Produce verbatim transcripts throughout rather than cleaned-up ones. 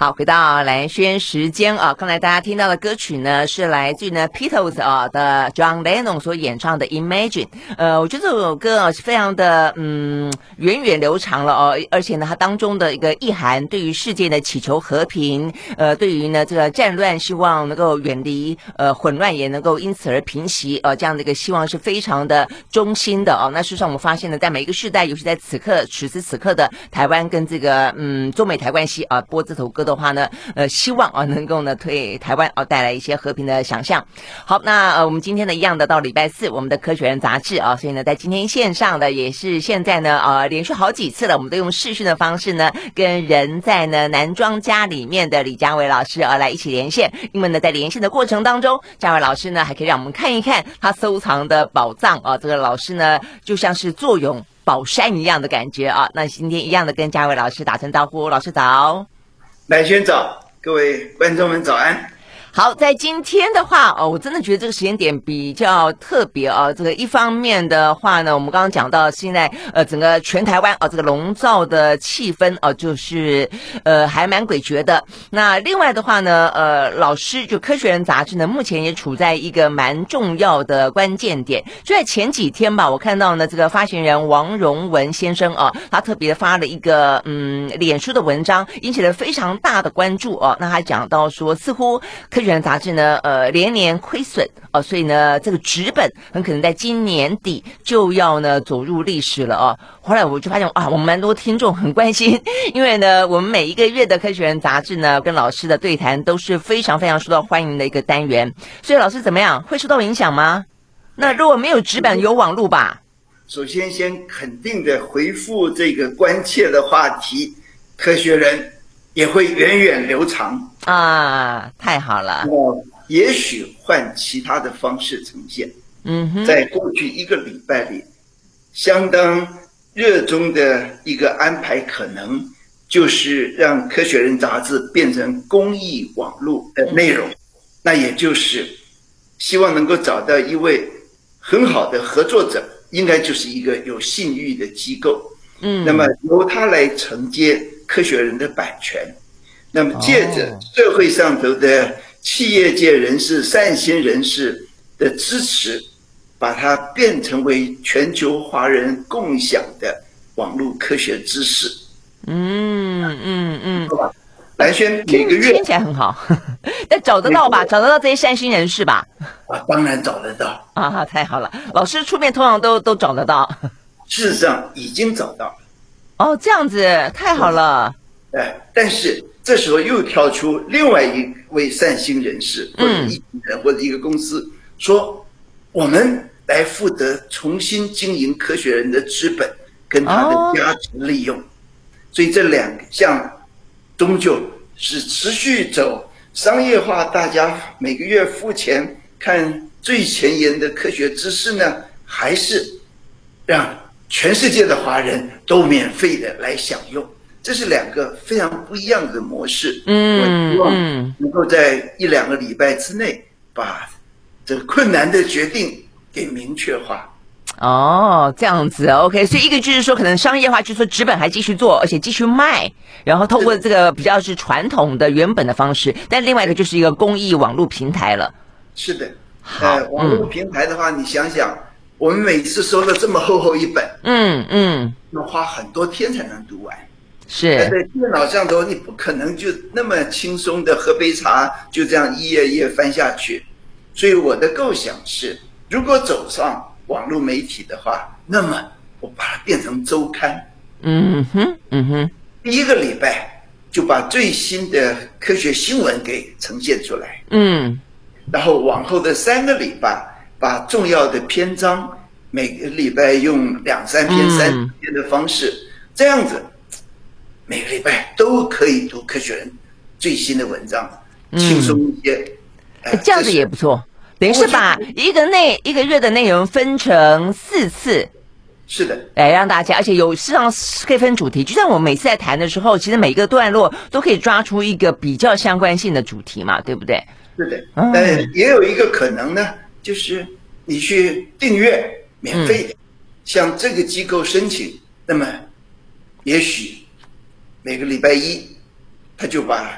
好，回到蓝轩时间啊，刚才大家听到的歌曲呢，是来自于呢 Beatles 啊的 John Lennon 所演唱的 Imagine。呃，我觉得这首歌啊是非常的嗯源远流长了哦，而且呢，它当中的一个意涵，对于世界的祈求和平，呃，对于呢这个战乱，希望能够远离呃混乱，也能够因此而平息，呃，这样的一个希望是非常的衷心的哦。那事实上我们发现呢，在每一个世代，尤其在此刻此时此刻的台湾跟这个嗯中美台关系啊，播这首歌的话呢，呃，希望啊能够呢对台湾啊带来一些和平的想象。好，那呃我们今天呢一样的到礼拜四，我们的科学人杂志啊，所以呢在今天线上的也是现在呢呃连续好几次了，我们都用视讯的方式呢跟人在呢南庄家里面的李家伟老师啊来一起连线，因为呢在连线的过程当中，家伟老师呢还可以让我们看一看他收藏的宝藏啊，这个老师呢就像是坐拥宝山一样的感觉啊。那今天一样的跟家伟老师打声招呼，老师早。 蓝轩早，各位观众们早安。 好，在今天的话哦，我真的觉得这个时间点比较特别啊。这个一方面的话呢，我们刚刚讲到现在呃整个全台湾啊这个笼罩的气氛啊，就是呃还蛮诡谲的。那另外的话呢，呃老师就科学人杂志呢，目前也处在一个蛮重要的关键点。就在前几天吧，我看到呢这个发行人王荣文先生啊，他特别发了一个嗯脸书的文章，引起了非常大的关注啊。那他讲到说，似乎科学人杂志呢，呃，连年亏损哦、呃，所以呢，这个纸本很可能在今年底就要呢走入历史了哦。后来我就发现啊，我们蛮多听众很关心，因为呢，我们每一个月的科学人杂志呢，跟老师的对谈都是非常非常受到欢迎的一个单元。所以老师怎么样，会受到影响吗？那如果没有纸本，有网络吧？ 首先，先肯定的回复这个关切的话题，科学人也会源远流长。 啊，太好了！ 我也许换其他的方式呈现。 嗯哼， 在过去一个礼拜里，相当热衷的一个安排，可能就是让科学人杂志变成公益网络的内容。那也就是希望能够找到一位很好的合作者，应该就是一个有信誉的机构。嗯，那么由他来承接科学人的版权。那么借着社会上头的企业界人士、善心人士的支持，把它变成为全球华人共享的网络科学知识。 嗯嗯嗯， 蓝轩每个月听起来很好，但找得到吧？找得到这些善心人士吧？ 啊，当然找得到啊！太好了，老师出面通常都都找得到。 事实上已经找到了。 哦，这样子太好了。 哎，但是这时候又跳出另外一位善心人士或者一人或者一个公司，嗯、说我们来负责重新经营科学人的资本跟它的价值利用。哦、所以这两项终究是持续走商业化，大家每个月付钱看最前沿的科学知识呢，还是让全世界的华人都免费的来享用？这是两个非常不一样的模式。嗯，我希望能够在一两个礼拜之内把这个困难的决定给明确化。 哦，这样子 ，OK， 所以一个就是说，可能商业化，就是说纸本还继续做，而且继续卖，然后透过这个比较是传统的原本的方式，但另外一个就是一个公益网络平台了。 是的，呃，网络平台的话，嗯、你想想，我们每次收了这么厚厚一本，嗯嗯，要花很多天才能读完。 是在电脑上头，你不可能就那么轻松的喝杯茶，就这样一页一页翻下去。所以我的构想是，如果走上网络媒体的话，那么我把它变成周刊。 嗯哼，嗯哼， 第一个礼拜就把最新的科学新闻给呈现出来。嗯，然后往后的三个礼拜，把重要的篇章每个礼拜用两三篇、三篇的方式，嗯、这样子。每个礼拜都可以读科学人最新的文章，轻松一些。 嗯呃、这样子也不错，等于是把一个内一个月的内容分成四次。 是的， 来让大家，而且有事实上可以分主题，就像我们每次在谈的时候，其实每个段落都可以抓出一个比较相关性的主题嘛，对不对？ 是的，但、嗯、也有一个可能呢，就是你去订阅免费的，嗯、向这个机构申请，那么也许。每个礼拜一，他就把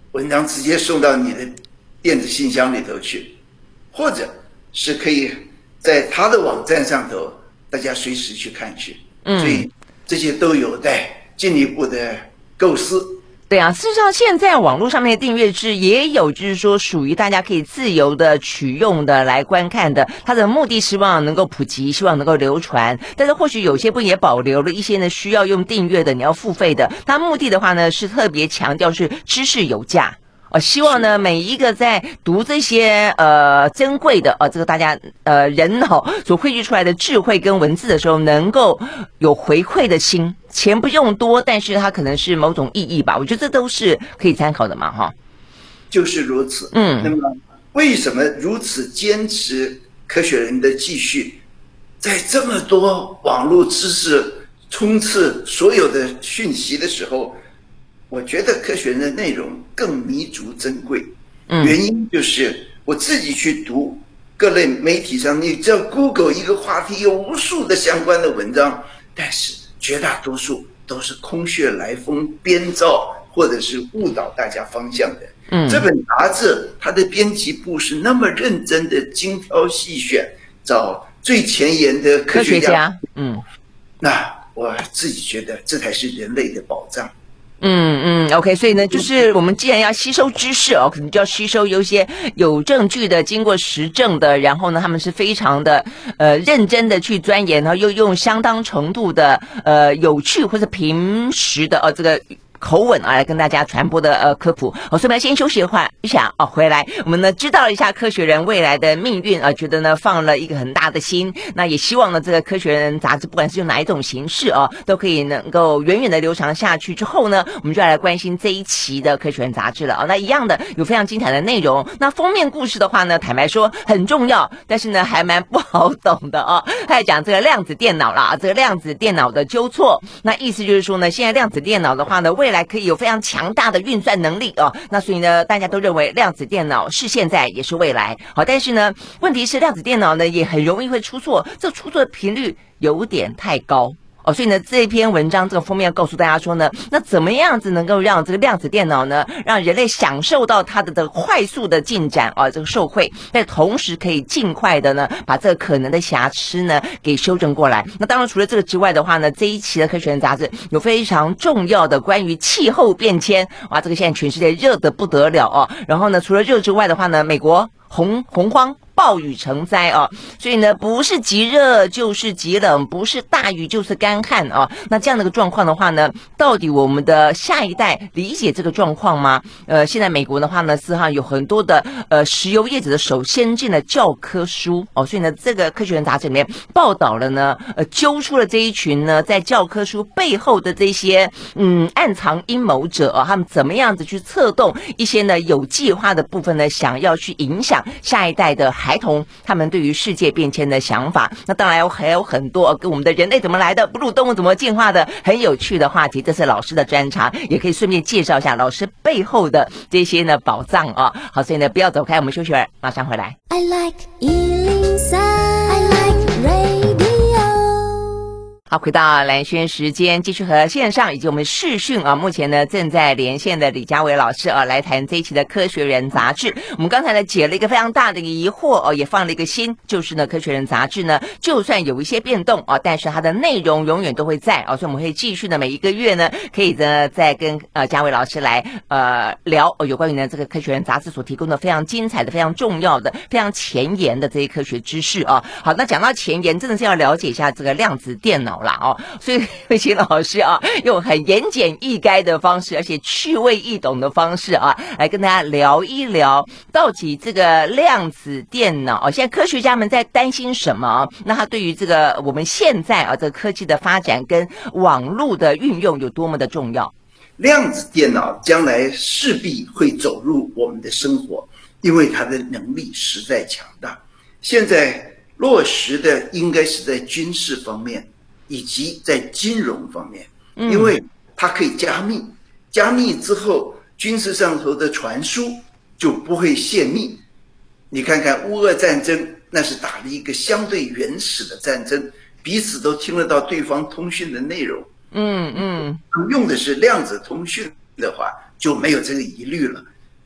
文章直接送到你的电子信箱里头去，或者是可以在他的网站上头，大家随时去看去。嗯，所以这些都有待进一步的构思。 对啊，事实上现在网络上面的订阅制也有，就是说属于大家可以自由的取用的来观看的，它的目的希望能够普及，希望能够流传，但是或许有些部分也保留了一些呢需要用订阅的，你要付费的，它目的的话呢是特别强调是知识有价。呃，希望呢每一个在读这些呃珍贵的呃这个大家呃人哦所汇聚出来的智慧跟文字的时候，能够有回馈的心，钱不用多，但是它可能是某种意义吧，我觉得这都是可以参考的嘛，哈。 就是如此。嗯，那么为什么如此坚持科学人的继续，在这么多网络知识充斥所有的讯息的时候？我觉得科学人的内容更弥足珍贵，原因就是我自己去读各类媒体上，你只要 Google 一个话题，有无数的相关的文章，但是绝大多数都是空穴来风、编造或者是误导大家方向的。嗯，这本杂志它的编辑部是那么认真的精挑细选，找最前沿的科学家。科学家，嗯，那我自己觉得这才是人类的宝藏。 嗯嗯 ，OK， 所以呢，就是我们既然要吸收知识哦，可能就要吸收有一些有证据的、经过实证的，然后呢，他们是非常的呃认真的去钻研，然后又用相当程度的呃有趣或者平实的呃这个口吻啊，来跟大家传播的呃科普。哦，所以我们要先休息一会儿一下哦，回来我们呢知道了一下科学人未来的命运啊，觉得呢放了一个很大的心，那也希望呢这个科学人杂志不管是用哪一种形式啊，都可以能够远远的流传下去。之后呢，我们就要来关心这一期的科学人杂志了啊。那一样的有非常精彩的内容。那封面故事的话呢，坦白说很重要，但是呢还蛮不好懂的哦。他在讲这个量子电脑啦，这个量子电脑的纠错，那意思就是说呢，现在量子电脑的话呢，未来可以有非常强大的运算能力哦。那所以呢，大家都认为量子电脑是现在也是未来。好，但是呢，问题是量子电脑呢也很容易会出错，这出错的频率有点太高。哦，所以呢，这篇文章这个封面告诉大家说呢，那怎么样子能够让这个量子电脑呢，让人类享受到它的的快速的进展啊，这个受惠，但同时可以尽快的呢，把这个可能的瑕疵呢给修正过来。那当然，除了这个之外的话呢，这一期的科学人杂志有非常重要的关于气候变迁，哇，这个现在全世界热得不得了哦。然后呢，除了热之外的话呢，美国洪洪荒。暴雨成灾啊，所以呢，不是极热就是极冷，不是大雨就是干旱啊。那这样的一个状况的话呢，到底我们的下一代理解这个状况吗？呃，现在美国的话呢，是哈有很多的呃石油业者的手先进的教科书哦，所以呢，这个科学人杂志里面报道了呢，呃，揪出了这一群呢在教科书背后的这些嗯暗藏阴谋者啊，他们怎么样子去策动一些呢有计划的部分呢，想要去影响下一代的孩童他们对于世界变迁的想法。那当然还有很多跟我们的人类怎么来的，哺乳动物怎么进化的很有趣的话题，这是老师的专长，也可以顺便介绍一下老师背后的这些呢宝藏啊。好，所以呢不要走开，我们休息会儿，马上回来。I like 一零三 I like radio。好，回到蓝轩时间，继续和线上以及我们视讯啊，目前呢正在连线的李家维老师啊，来谈这一期的科学人杂志。我们刚才呢解了一个非常大的疑惑哦，也放了一个心，就是呢科学人杂志呢，就算有一些变动啊，但是它的内容永远都会在啊，所以我们会继续呢每一个月呢，可以呢再跟呃家维老师来呃聊哦有关于呢这个科学人杂志所提供的非常精彩的、非常重要的、非常前沿的这些科学知识啊。好，那讲到前沿，真的是要了解一下这个量子电脑啦哦，所以会请老师啊，用很言简意赅的方式，而且趣味易懂的方式啊，来跟大家聊一聊，到底这个量子电脑啊，现在科学家们在担心什么？那它对于这个我们现在啊，这个科技的发展跟网络的运用有多么的重要？ 量子电脑将来势必会走入我们的生活，因为它的能力实在强大。现在落实的应该是在军事方面以及在金融方面，因为它可以加密，加密之后军事上头的传输就不会泄密。你看看乌俄战争，那是打了一个相对原始的战争，彼此都听得到对方通讯的内容。嗯嗯，用的是量子通讯的话，就没有这个疑虑了。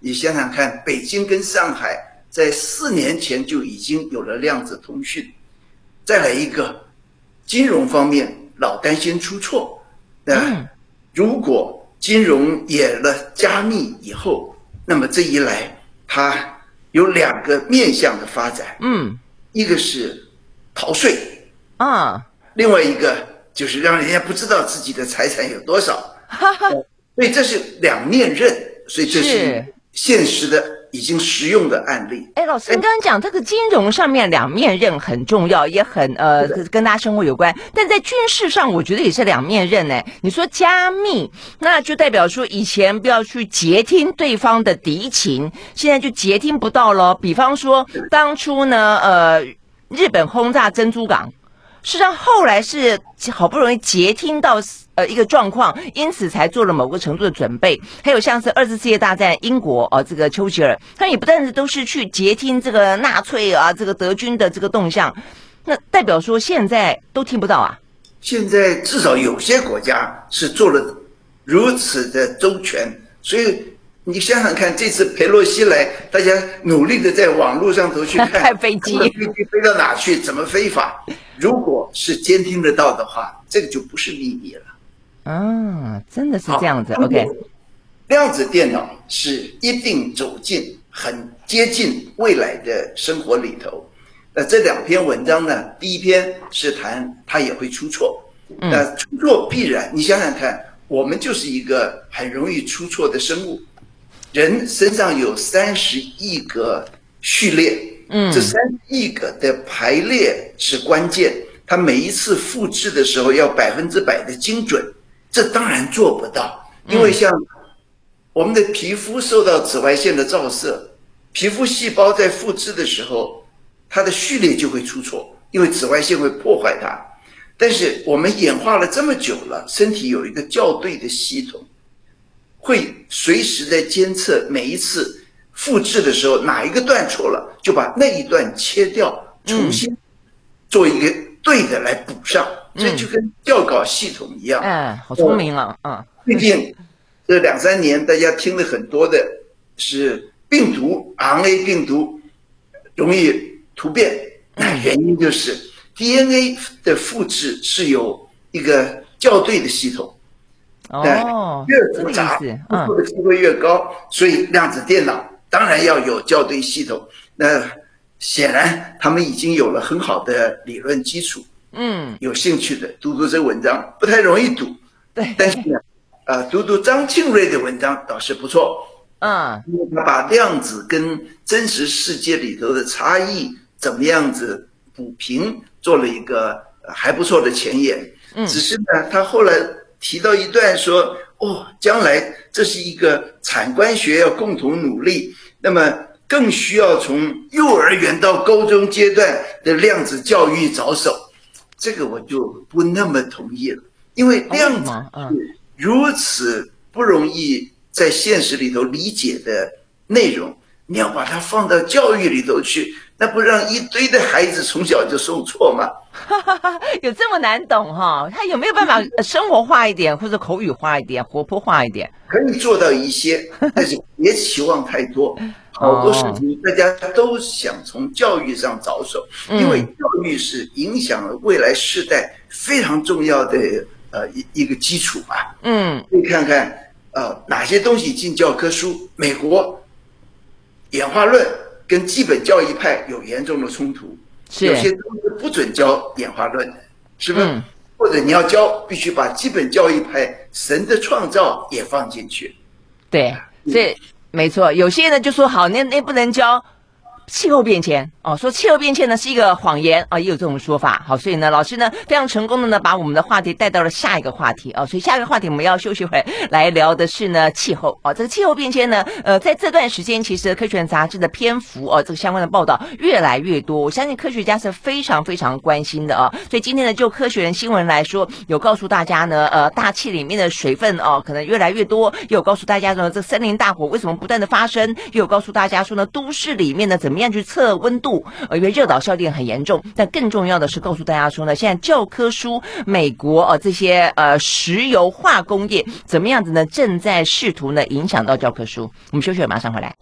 你想想看，北京跟上海在四年前就已经有了量子通讯。再来一个，金融方面老担心出错。那、嗯、如果金融演了加密以后，那么这一来，它有两个面向的发展。嗯，一个是逃税啊，另外一个就是让人家不知道自己的财产有多少。哈哈，所以这是两面刃，所以这是现实的已经实用的案例。 哎，老师，你刚刚讲这个金融上面两面刃很重要，也很呃跟大家生活有关，但在军事上，我觉得也是两面刃。哎，你说加密，那就代表说以前不要去截听对方的敌情，现在就截听不到了。比方说当初呢，呃，日本轰炸珍珠港。事实上，后来是好不容易截听到呃一个状况，因此才做了某个程度的准备。还有像是二次世界大战，英国哦、呃，这个丘吉尔，他也不但是都是去截听这个纳粹啊，这个德军的这个动向，那代表说现在都听不到啊。 现在至少有些国家是做了如此的周全，所以你想想看，这次裴洛西来，大家努力的在网络上头去看看飞机， 飞机飞到哪去，怎么飞法。如果是监听得到的话，这个就不是秘密了。 啊，真的是这样子。OK， 量子电脑是一定走进很接近未来的生活里头。那这两篇文章呢，第一篇是谈它也会出错，那出错必然。你想想看，我们就是一个很容易出错的生物，人身上有三十亿个序列。嗯，这三亿个的排列是关键，它每一次复制的时候要百分之百的精准，这当然做不到，因为像我们的皮肤受到紫外线的照射，皮肤细胞在复制的时候，它的序列就会出错，因为紫外线会破坏它。但是我们演化了这么久了，身体有一个校对的系统，会随时在监测每一次复制的时候哪一个段错了，就把那一段切掉，重新做一个对的来补上，嗯、所以就跟校稿系统一样。 哎，好聪明啊！嗯， 最近这两三年大家听的很多的是病毒 R N A 病毒容易突变，那原因就是 D N A 的复制是有一个校对的系统。 哦， 越复杂，复错的机会越高，所以量子电脑当然要有校对系统。那显然他们已经有了很好的理论基础。嗯，有兴趣的读读这文章，不太容易读。 对， 但是呢，呃，读读张庆瑞的文章倒是不错。嗯，因为他把量子跟真实世界里头的差异怎么样子补平，做了一个还不错的前言。嗯，只是呢，他后来提到一段说，哦，将来这是一个产官学要共同努力，那么更需要从幼儿园到高中阶段的量子教育着手。这个我就不那么同意了，因为量子是如此不容易在现实里头理解的内容，你要把它放到教育里头去，那不让一堆的孩子从小就受挫吗？ 有这么难懂哈？他有没有办法生活化一点，或者口语化一点，活泼化一点？ 可以做到一些，但是别期望太多。好多事情大家都想从教育上着手，因为教育是影响了未来世代非常重要的呃一一个基础嘛。嗯，可以看看呃哪些东西进教科书。美国演化论跟基本教义派有严重的冲突，有些东西不准教演化论，是不是？嗯、或者你要教，必须把基本教义派神的创造也放进去。 对，所以。没错，有些人就说好，那那不能教气候变迁哦，说气候变迁呢是一个谎言啊，也有这种说法。好，所以呢，老师呢非常成功的呢把我们的话题带到了下一个话题啊，所以下一个话题我们要休息会来聊的是呢气候啊，这个气候变迁呢，呃，在这段时间其实科学人杂志的篇幅哦、啊，这个相关的报道越来越多，我相信科学家是非常非常关心的啊。所以今天呢，就科学人新闻来说，有告诉大家呢，呃，大气里面的水分哦、啊、可能越来越多，也有告诉大家呢，这森林大火为什么不断的发生，也有告诉大家说呢，都市里面呢怎么么样去测温度，呃，因为热岛效应很严重。但更重要的是告诉大家说呢，现在教科书美国呃这些呃石油化工业怎么样子呢，正在试图呢影响到教科书。我们休息了，马上回来。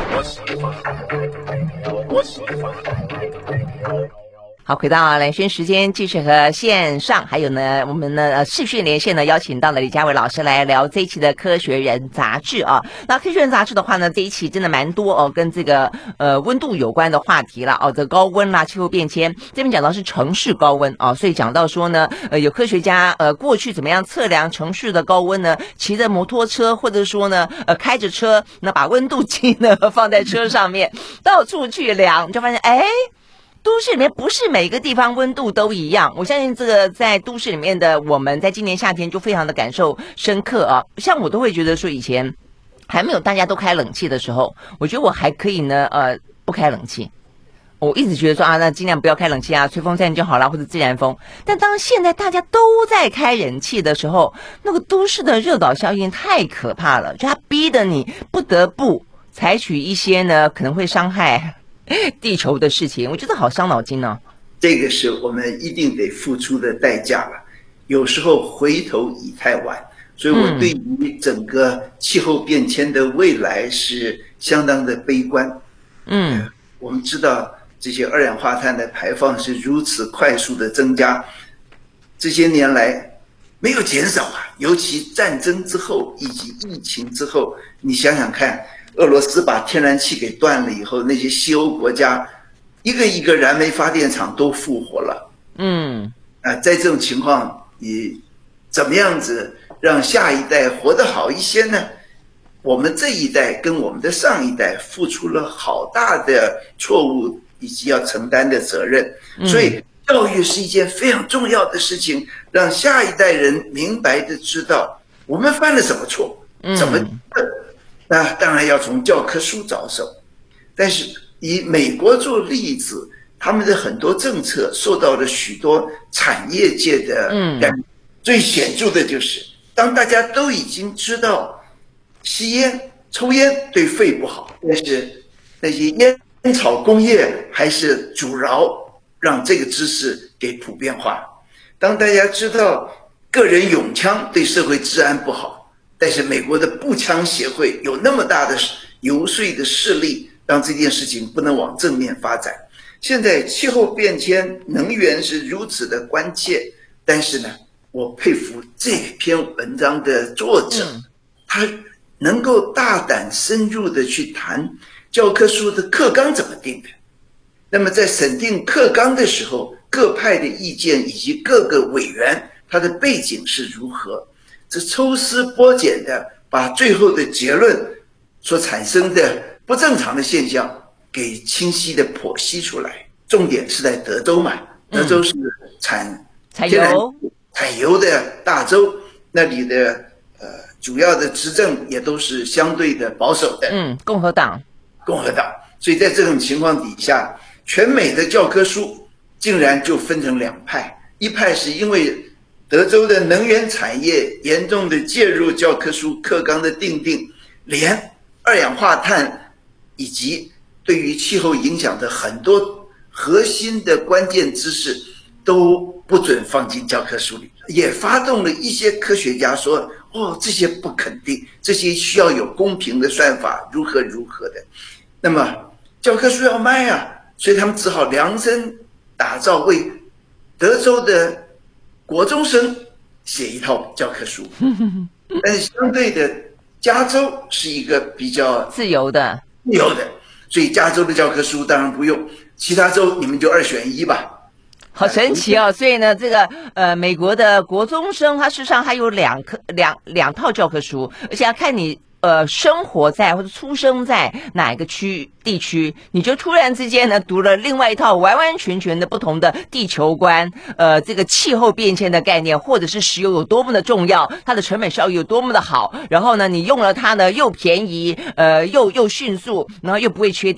好，回到蓝轩时间，继续和线上还有呢我们呢呃视讯连线呢邀请到了李家伟老师来聊这一期的科学人杂志啊。那科学人杂志的话呢，这一期真的蛮多哦，跟这个呃温度有关的话题啦哦，这高温啦、气候变迁，这边讲到是城市高温啊，所以讲到说呢呃有科学家呃过去怎么样测量城市的高温呢？骑着摩托车或者说呢呃开着车，那把温度计呢放在车上面到处去量，就发现哎。都市里面不是每个地方温度都一样，我相信这个在都市里面的我们在今年夏天就非常的感受深刻啊。像我都会觉得说以前还没有大家都开冷气的时候，我觉得我还可以呢呃不开冷气。我一直觉得说啊，那尽量不要开冷气啊，吹风扇就好了，或者自然风。但当现在大家都在开冷气的时候，那个都市的热岛效应太可怕了，就它逼得你不得不采取一些呢可能会伤害地球的事情，我觉得好伤脑筋呢。 这个是我们一定得付出的代价了，有时候回头已太晚。所以我对于整个气候变迁的未来是相当的悲观。嗯，我们知道这些二氧化碳的排放是如此快速的增加，这些年来没有减少啊，尤其战争之后以及疫情之后，你想想看。俄罗斯把天然气给断了以后，那些西欧国家一个一个燃煤发电厂都复活了。嗯，啊，在这种情况，你怎么样子让下一代活得好一些呢？我们这一代跟我们的上一代付出了好大的错误以及要承担的责任，所以教育是一件非常重要的事情，让下一代人明白的知道我们犯了什么错，怎么。那当然要从教科书着手，但是以美国做例子，他们的很多政策受到了许多产业界的感染。最显著的就是，当大家都已经知道吸烟、抽烟对肺不好，但是那些烟草工业还是阻挠让这个知识给普遍化。当大家知道个人拥枪对社会治安不好，但是美国的步枪协会有那么大的游说的势力，让这件事情不能往正面发展。现在气候变迁、能源是如此的关切，但是呢，我佩服这篇文章的作者，他能够大胆深入的去谈教科书的课纲怎么定的。那么在审定课纲的时候，各派的意见以及各个委员他的背景是如何。这抽丝剥茧的把最后的结论所产生的不正常的现象给清晰的剖析出来。重点是在德州嘛，德州是产产油产油的大州，那里的呃主要的执政也都是相对的保守的， 嗯，共和党， 共和党。所以在这种情况底下，全美的教科书竟然就分成两派，一派是因为德州的能源产业严重的介入教科书课纲的订定，连二氧化碳以及对于气候影响的很多核心的关键知识都不准放进教科书里，也发动了一些科学家说，哦，这些不肯定，这些需要有公平的算法，如何如何的。那么教科书要卖啊，所以他们只好量身打造，为德州的国中生写一套教科书。但是相对的，加州是一个比较自由的自由的，所以加州的教科书当然不用，其他州你们就二选一吧。 好神奇哦！所以呢，这个呃，美国的国中生，他事实上还有两科两两套教科书，而且要看你呃生活在或者出生在哪一个区地区，你就突然之间呢读了另外一套完完全全的不同的地球观，呃，这个气候变迁的概念，或者是石油有多么的重要，它的成本效益有多么的好，然后呢，你用了它呢又便宜，呃，又又迅速，然后又不会缺电。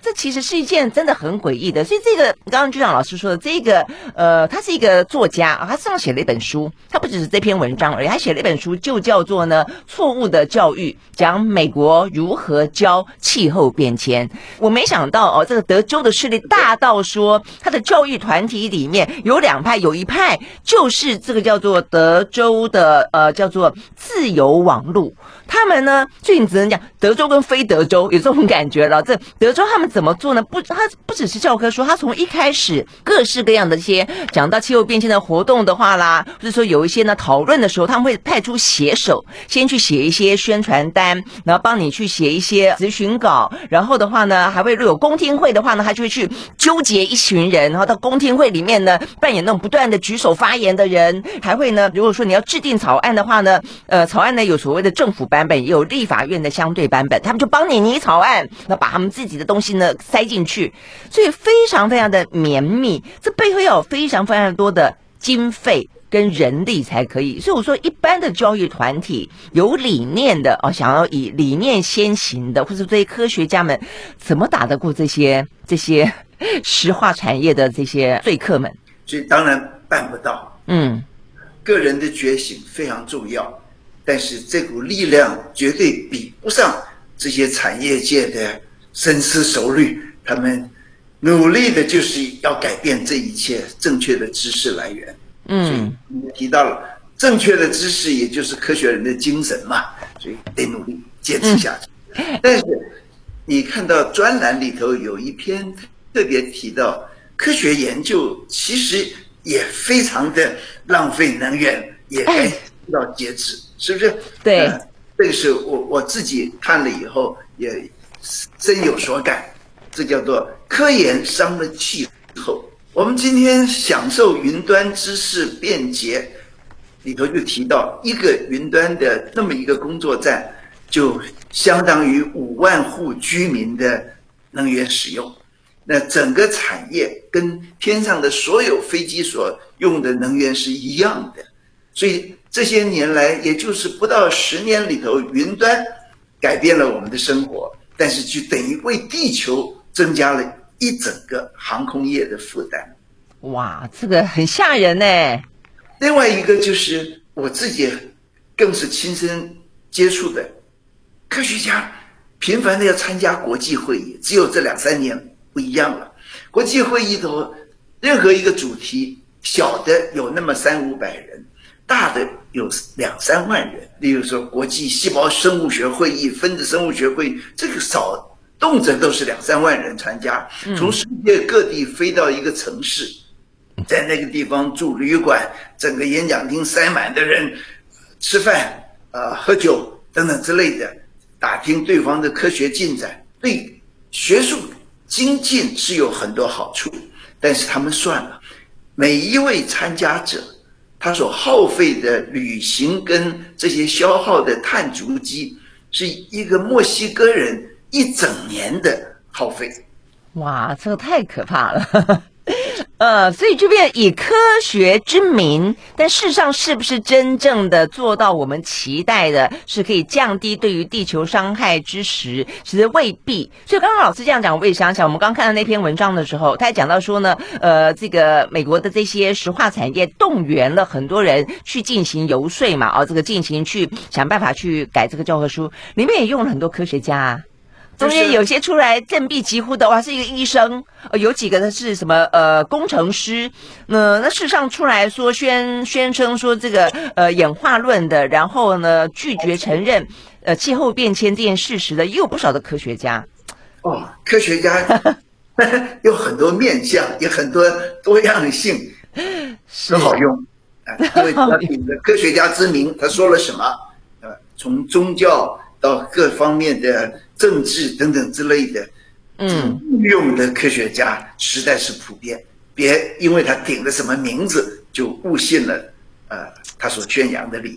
这其实是一件真的很诡异的。所以这个刚刚局长老师说的这个，呃，他是一个作家啊，他上写了一本书，他不只是这篇文章而已，他写了一本书，就叫做呢《错误的教育》，讲美国如何教气候变迁。我没想到哦，这个德州的势力大到说，他的教育团体里面有两派，有一派就是这个叫做德州的呃叫做自由网路。他们呢，所以你只能讲德州跟非德州有这种感觉了。这德州他们怎么做呢？不，他不只是教科书，他从一开始各式各样的一些讲到气候变迁的活动的话啦，或者说有一些呢讨论的时候，他们会派出写手，先去写一些宣传单，然后帮你去写一些咨询稿，然后的话呢，还会如果有公听会的话呢，他就会去纠结一群人，然后到公听会里面呢扮演那种不断的举手发言的人，还会呢，如果说你要制定草案的话呢，呃，草案呢有所谓的政府版本，也有立法院的相对版本，他们就帮你拟草案，那把他们自己的东西呢塞进去，所以非常非常的绵密，这背后要有非常非常多的经费跟人力才可以。所以我说一般的教育团体有理念的哦，想要以理念先行的，或者这些科学家们怎么打得过这些这些石化产业的这些说客们？ 所以当然办不到。 嗯， 个人的觉醒非常重要，但是这股力量绝对比不上这些产业界的深思熟虑，他们努力的就是要改变这一切正确的知识来源。嗯，所以你提到了正确的知识，也就是科学人的精神嘛，所以得努力坚持下去。嗯、但是你看到专栏里头有一篇特别提到，科学研究其实也非常的浪费能源，也该要节制，是不是？ 对， 呃、这个是我我自己看了以后也深有所感。这叫做科研伤了气候。我们今天享受云端知识便捷，里头就提到一个云端的那么一个工作站，就相当于五万户居民的能源使用。那整个产业跟天上的所有飞机所用的能源是一样的，所以这些年来，也就是不到十年里头，云端改变了我们的生活，但是就等于为地球增加了一整个航空业的负担。 哇，这个很吓人耶。 另外一个就是我自己更是亲身接触的，科学家频繁的要参加国际会议，只有这两三年不一样了。国际会议头，任何一个主题，小的有那么三五百人，大的有两三万人。例如说国际细胞生物学会议、分子生物学会议，这个少动辄都是两三万人参加，从世界各地飞到一个城市，在那个地方住旅馆，整个演讲厅塞满的人，吃饭、呃、喝酒等等之类的，打听对方的科学进展，对学术精进是有很多好处。但是他们算了，每一位参加者他所耗费的旅行跟这些消耗的碳足迹，是一个墨西哥人一整年的耗费。 哇，这个太可怕了。呃，所以这边以科学之名，但事实上是不是真正的做到我们期待的，是可以降低对于地球伤害之时，其实未必。所以刚刚老师这样讲，我也想起来，我们刚看到那篇文章的时候，他还讲到说呢，呃，这个美国的这些石化产业动员了很多人去进行游说嘛，啊，这个进行去想办法去改这个教科书，里面也用了很多科学家啊。中间有些出来振臂疾呼的，哇，是一个医生，呃，有几个呢是什么呃工程师，呃，那事实上出来说宣宣称说这个呃演化论的，然后呢拒绝承认呃气候变迁这件事实的，也有不少的科学家。 哦，科学家有很多面向，有很多多样性，很好用啊，因为他顶着科学家之名，他说了什么？呃，从宗教到各方面的政治等等之类的，嗯，用的科学家实在是普遍，别因为他顶了什么名字就误信了，呃，他所宣扬的理念。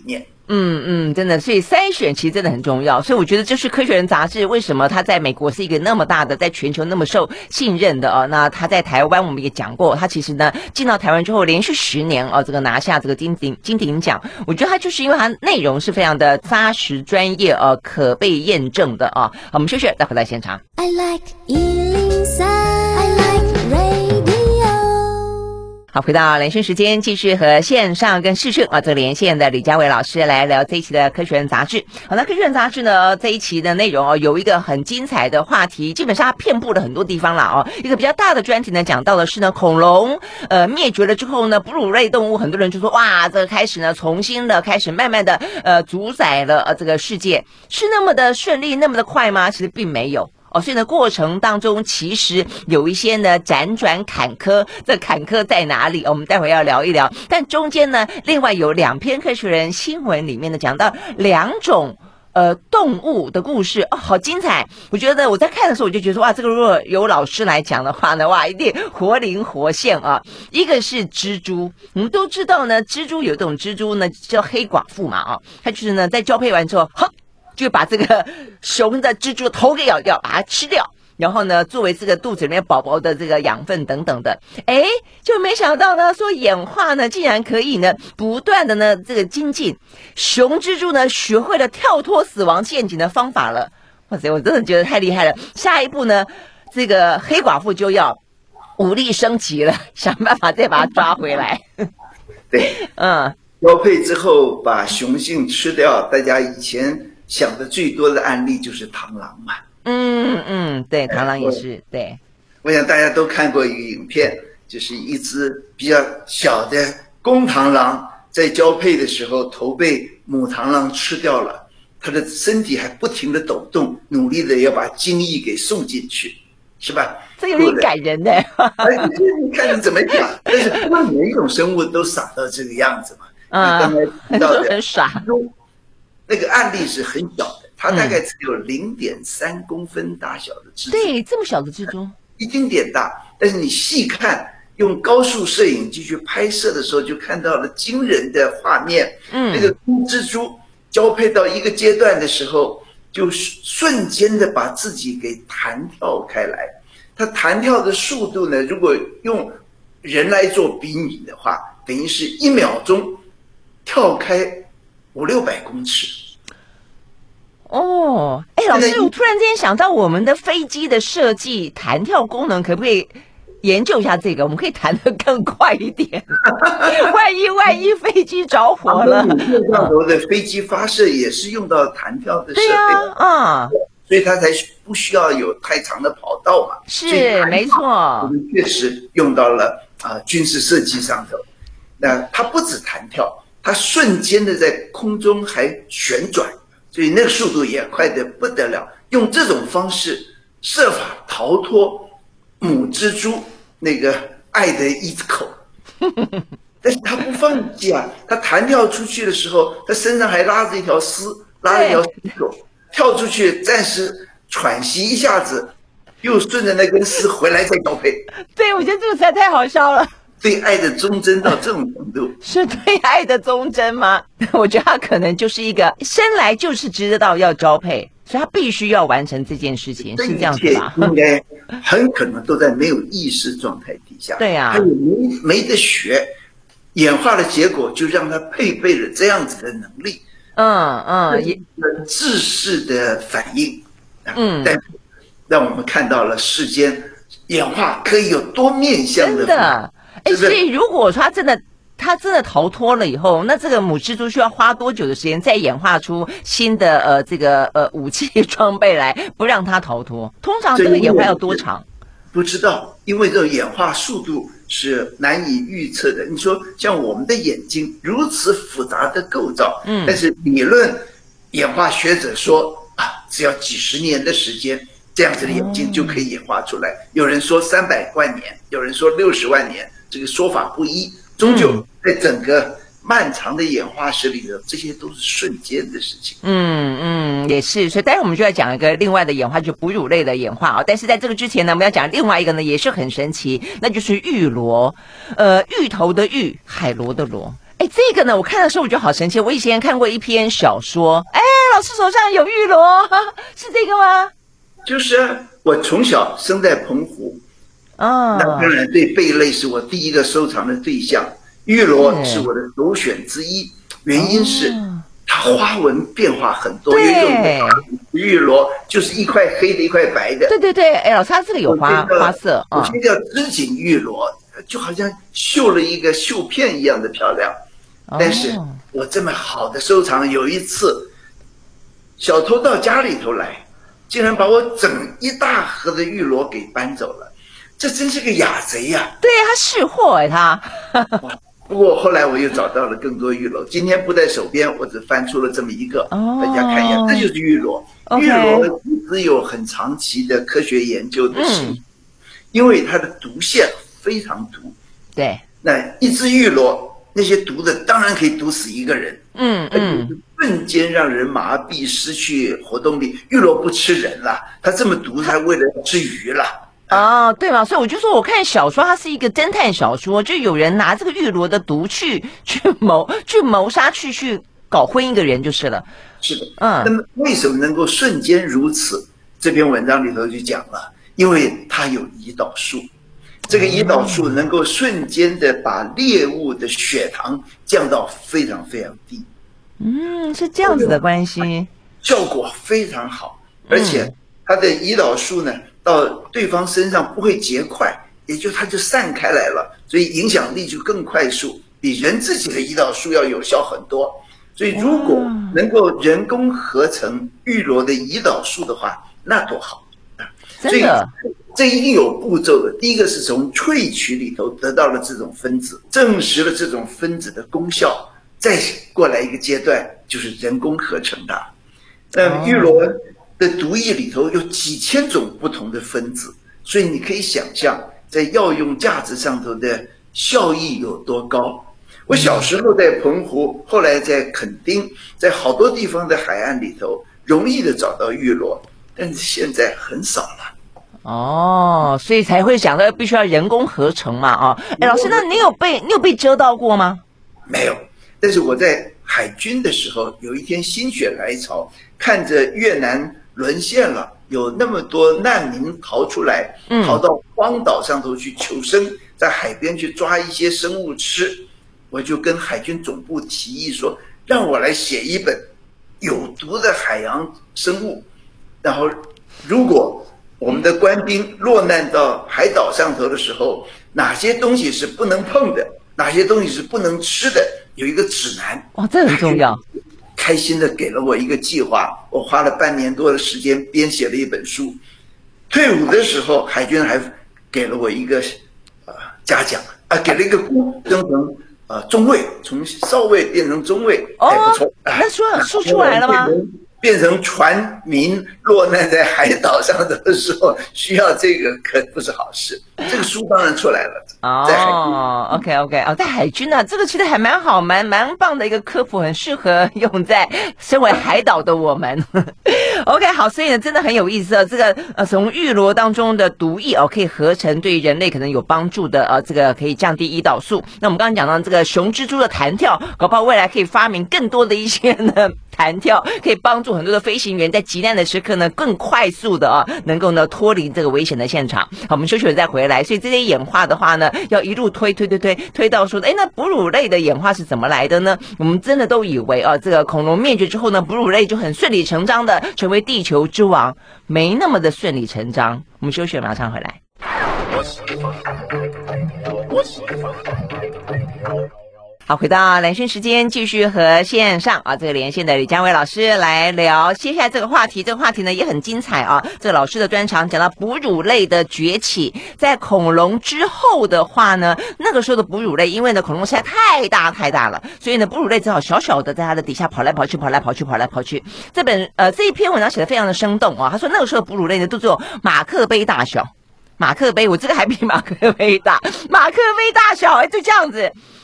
嗯嗯，真的，所以筛选其实真的很重要。所以我觉得这是《科学人》杂志为什么它在美国是一个那么大的，在全球那么受信任的哦。那它在台湾我们也讲过，它其实呢进到台湾之后，连续十年哦，这个拿下这个金鼎金鼎奖。我觉得它就是因为它内容是非常的扎实、专业呃，可被验证的啊。好，我们休息，再回来现场。I like 一零三 I like radio。好，回到连线时间，继续和线上跟视讯啊这个连线的李家伟老师来聊这一期的《科学人》杂志。好，那《科学人》杂志呢这一期的内容哦，有一个很精彩的话题，基本上它遍布了很多地方啦哦。一个比较大的专题呢，讲到的是呢恐龙呃灭绝了之后呢，哺乳类动物很多人就说哇，这个开始呢重新的开始慢慢的呃主宰了呃这个世界，是那么的顺利，那么的快吗？其实并没有。哦，所以呢，过程当中其实有一些呢辗转坎坷，这坎坷在哪里？我们待会要聊一聊。但中间呢，另外有两篇科学人新闻里面呢，讲到两种呃动物的故事，哦，好精彩！我觉得我在看的时候，我就觉得哇，这个如果由老师来讲的话呢，哇，一定活灵活现啊！一个是蜘蛛，我们都知道呢，蜘蛛有一种蜘蛛呢叫黑寡妇嘛，啊，它就是呢在交配完之后，哈。就把这个熊的蜘蛛头给咬掉，把它吃掉，然后呢，作为这个肚子里面宝宝的这个养分等等的，哎，就没想到呢，说演化呢，竟然可以呢，不断的呢这个精进，熊蜘蛛呢学会了跳脱死亡陷阱的方法了，哇塞，我真的觉得太厉害了。下一步呢，这个黑寡妇就要武力升级了，想办法再把它抓回来。 对， 嗯， 交配之后把雄性吃掉，大家以前想的最多的案例就是螳螂嘛。 嗯嗯，对，螳螂也是。对， 我想大家都看过一个影片，就是一只比较小的公螳螂在交配的时候头被母螳螂吃掉了，它的身体还不停的抖动，努力的要把精液给送进去，是吧？ 这有点感人呢。 哎，你看你怎么讲？但是不是每一种生物都傻到这个样子嘛？ 嗯， 刚才提到的很傻。 那个案例是很小的，它大概只有零点三公分大小的蜘蛛。 对，这么小的蜘蛛， 一丁点大。但是你细看，用高速摄影机去拍摄的时候，就看到了惊人的画面。嗯，那个公蜘蛛交配到一个阶段的时候，就瞬间的把自己给弹跳开来。它弹跳的速度呢，如果用人来做比拟的话，等于是一秒钟跳开五六百公尺。 哦，哎，老师，我突然之间想到，我们的飞机的设计弹跳功能，可不可以研究一下这个？我们可以弹得更快一点。万一万一飞机着火了， 六兆头的飞机发射也是用到弹跳的设备。对啊，啊、嗯， 所以它才不需要有太长的跑道嘛。 是，没错。 我们确实用到了啊、呃、军事设计上头。那它不止弹跳，它瞬间的在空中还旋转。所以那个速度也快得不得了，用这种方式设法逃脱母蜘蛛那个爱的一口，但是他不放弃啊！他弹跳出去的时候，他身上还拉着一条丝，拉着一条丝狗，跳出去暂时喘息一下子，又顺着那根丝回来再交配。 对，我觉得这个实在太好笑了。 对爱的忠贞到这种程度， 是对爱的忠贞吗？我觉得他可能就是一个生来就是知道要交配，所以他必须要完成这件事情，是这样子吧？ 应该很可能都在没有意识状态底下。 对啊， 他也没没得学，演化的结果就让他配备了这样子的能力。 嗯嗯，也自适的反应。嗯，但让我们看到了世间演化可以有多面向的。 真的。哎，所以如果他真的他真的逃脱了以后，那这个母蜘蛛需要花多久的时间再演化出新的呃这个呃武器装备来，不让它逃脱？通常这个演化要多长？ 不知道，因为这种演化速度是难以预测的。你说像我们的眼睛如此复杂的构造，嗯，但是理论演化学者说啊，只要几十年的时间，这样子的眼睛就可以演化出来。有人说三百万年，有人说六十万年。这个说法不一，终究在整个漫长的演化史里头，这些都是瞬间的事情。 嗯嗯，也是。所以待会我们就要讲一个另外的演化，就是哺乳类的演化啊。但是在这个之前呢，我们要讲另外一个呢，也是很神奇，那就是玉螺。呃，芋头的芋，海螺的螺。 哎，这个呢，我看的时候我觉得好神奇。我以前看过一篇小说，哎，老师手上有玉螺，是这个吗？ 就是啊，我从小生在澎湖， 啊、哦， 那当然对贝类是我第一个收藏的对象，玉螺是我的首选之一，原因是它花纹变化很多，因为玉螺就是一块黑的，一块白的。 对对对，哎，老师，它这个有花花色， 我现在叫织锦玉螺，就好像绣了一个绣片一样的漂亮。但是我这么好的收藏，有一次小偷到家里头来，竟然把我整一大盒的玉螺给搬走了，这真是个雅贼呀、啊！ 对，他识货哎，他。 不过后来我又找到了更多玉螺，今天不在手边，我只翻出了这么一个，大家看一下，这就是玉螺。玉螺一直有很长期的科学研究的性质，因为它的毒性非常毒。 对， 那一只玉螺。那些毒的当然可以毒死一个人， 嗯嗯， 瞬间让人麻痹，失去活动力。玉螺不吃人了，它这么毒，它为了吃鱼了。 哦，对嘛，所以我就说，我看小说，它是一个侦探小说，就有人拿这个玉螺的毒去去谋去谋杀，去去搞昏一个人就是了。 是的，嗯。那么为什么能够瞬间如此？这篇文章里头就讲了，因为它有胰岛素。这个胰岛素能够瞬间的把猎物的血糖降到非常非常低， 嗯，是这样子的关系， 效果非常好，而且它的胰岛素呢到对方身上不会结块，也就它就散开来了，所以影响力就更快速，比人自己的胰岛素要有效很多。所以如果能够人工合成玉螺的胰岛素的话，那多好啊！ 真的。 这一定有步骤的。第一个是从萃取里头得到了这种分子，证实了这种分子的功效，再过来一个阶段就是人工合成它。那玉螺的毒液里头有几千种不同的分子，所以你可以想象在药用价值上头的效益有多高。我小时候在澎湖，后来在垦丁，在好多地方的海岸里头容易的找到玉螺，但是现在很少了。 哦，所以才会想到必须要人工合成嘛，啊、哦，哎，老师，那你有被你有被蛰到过吗？ 没有，但是我在海军的时候，有一天心血来潮，看着越南沦陷了，有那么多难民逃出来，逃到荒岛上头去求生，在海边去抓一些生物吃，我就跟海军总部提议说，让我来写一本有毒的海洋生物，然后如果我们的官兵落难到海岛上头的时候，哪些东西是不能碰的，哪些东西是不能吃的，有一个指南。 哇，这很重要。 开心的给了我一个计划，我花了半年多的时间编写了一本书。退伍的时候，海军还给了我一个呃嘉奖啊，给了一个功，升成呃中尉，从少尉变成中尉，还不错。 哦，那书书出来了吗？ 变成船民落难在海岛上的时候，需要这个可不是好事。这个书当然出来了。 哦 ，OK OK， 哦，在海军呢、啊，这个其实还蛮好，蛮蛮棒的一个科普，很适合用在身为海岛的我们。OK， 好，所以呢，真的很有意思啊。这个呃，从玉螺当中的毒液哦，可以合成对人类可能有帮助的呃，这个可以降低胰岛素。那我们刚刚讲到这个雄蜘蛛的弹跳，搞不好未来可以发明更多的一些呢弹跳，可以帮助很多的飞行员在急难的时刻呢更快速的啊，能够呢脱离这个危险的现场。好，我们休息了再回来。所以这些演化的话呢，要一路推推推推推到说，哎，那哺乳类的演化是怎么来的呢？我们真的都以为啊，这个恐龙灭绝之后呢，哺乳类就很顺理成章的成为地球之王，没那么的顺理成章。我们休息了，马上回来。好，回到蓝轩时间，继续和线上啊这个连线的李佳伟老师来聊接下来这个话题。这个话题呢也很精彩啊。这个老师的专长讲到哺乳类的崛起，在恐龙之后的话呢，那个时候的哺乳类，因为呢恐龙实在太大太大了，所以呢哺乳类只好小小的在它的底下跑来跑去，跑来跑去，跑来跑去。这本呃这一篇文章写得非常的生动啊。他说那个时候哺乳类呢都只有马克杯大小，马克杯，我这个还比马克杯大，马克杯大小，哎，就这样子。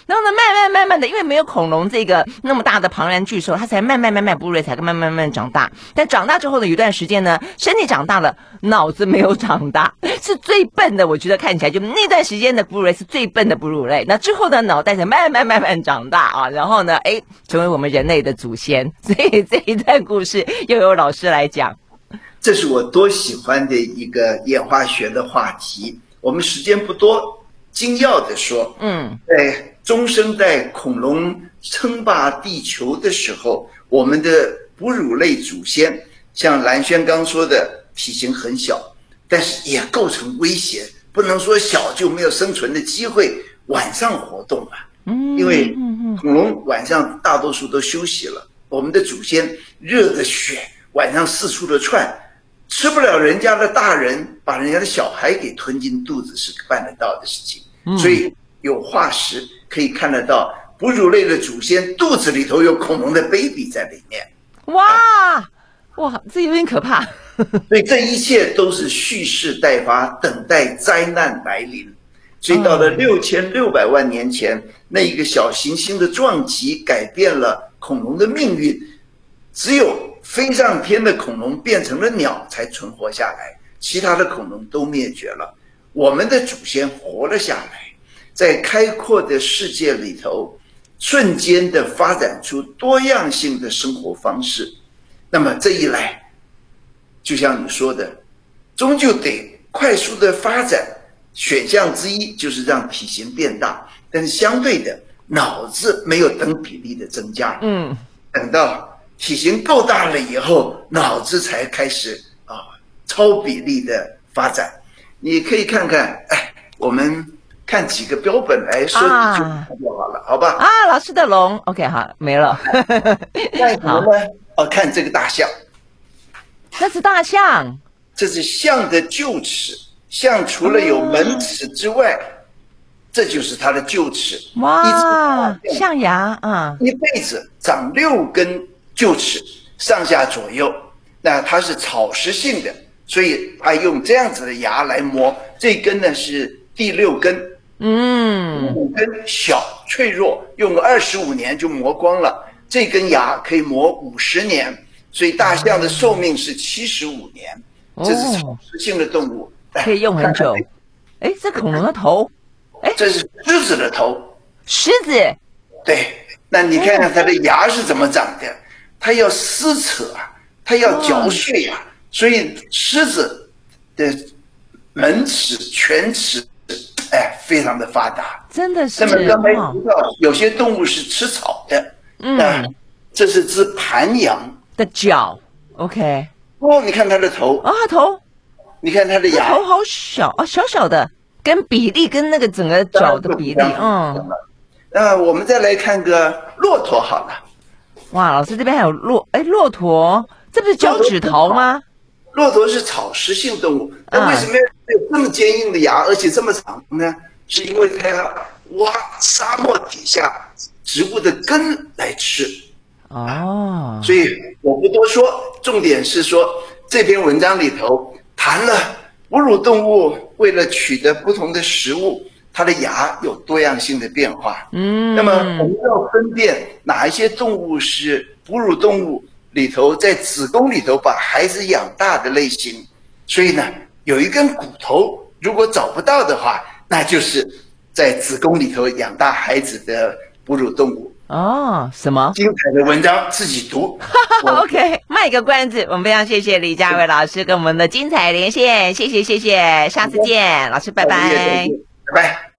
然后呢，慢慢慢慢的，因为没有恐龙这个那么大的庞然巨兽，它才慢慢慢慢哺乳类才慢慢慢慢长大。但长大之后呢，有一段时间呢，身体长大了，脑子没有长大，是最笨的。我觉得看起来就那段时间的哺乳类是最笨的哺乳类。那之后呢，脑袋才慢慢慢慢长大啊，然后呢，哎，成为我们人类的祖先。所以这一段故事又由老师来讲。 这是我多喜欢的一个演化学的话题。我们时间不多，精要的说， 嗯， 在中生代恐龙称霸地球的时候，我们的哺乳类祖先，像蓝轩刚说的，体型很小，但是也构成威胁，不能说小就没有生存的机会。晚上活动啊，因为恐龙晚上大多数都休息了，我们的祖先热的血，晚上四处的窜。吃不了人家的大人，把人家的小孩给吞进肚子是办得到的事情。嗯、所以有化石可以看得到，哺乳类的祖先肚子里头有恐龙的 baby 在里面。 哇、啊、哇，这有点可怕。 所以这一切都是蓄势待发，等待灾难来临。所以到了六千六百万年前，嗯、那一个小行星的撞击改变了恐龙的命运，只有飞上天的恐龙变成了鸟才存活下来，其他的恐龙都灭绝了。我们的祖先活了下来，在开阔的世界里头，瞬间的发展出多样性的生活方式。那么这一来，就像你说的，终究得快速的发展，选项之一就是让体型变大，但是相对的，脑子没有等比例的增加。嗯，等到体型够大了以后，脑子才开始啊超比例的发展。你可以看看，哎，我们看几个标本来说就好了，啊、好吧？ 啊，老师的龙 ，OK， 好，没了。 那什么呢？哦，看这个大象， 那是大象， 这是象的臼齿。象除了有门齿之外，哦、这就是它的臼齿。 哇，象牙啊， 一辈子长六根臼齿，上下左右。那它是草食性的，所以它用这样子的牙来磨。这根呢是第六根，嗯，五根小脆弱，用个二十五年就磨光了。这根牙可以磨五十年，所以大象的寿命是七十五年。这是草食性的动物。 可以用很久。哎，这恐龙的头，哎， 这是狮子的头。 狮子， 对。那你看看它的牙是怎么长的？它要撕扯啊，它要嚼碎呀、啊，所以狮子的门齿、犬齿，哎，非常的发达。 真的是。 那么刚才提到，有些动物是吃草的，嗯，这是只盘羊的脚 ，OK。 哦，你看它的头啊，头。 你看它的牙， 头好小啊，小小的，跟比例跟那个整个脚的比例，嗯。 那我们再来看个骆驼好了。 哇，老师这边还有骆，哎，骆驼，这不是脚趾头吗？ 骆驼是草食性动物，那为什么有这么坚硬的牙，而且这么长呢？是因为它要挖沙漠底下植物的根来吃。哦，所以我不多说，重点是说这篇文章里头谈了哺乳动物为了取得不同的食物，它的牙有多样性的变化。嗯，那么我们要分辨哪一些动物是哺乳动物里头在子宫里头把孩子养大的类型。所以呢，有一根骨头如果找不到的话，那就是在子宫里头养大孩子的哺乳动物。 哦，什么精彩的文章自己读。 OK， 卖个关子，我们非常谢谢李家维老师跟我们的精彩连线，谢谢谢谢，下次见，老师拜拜， 拜拜。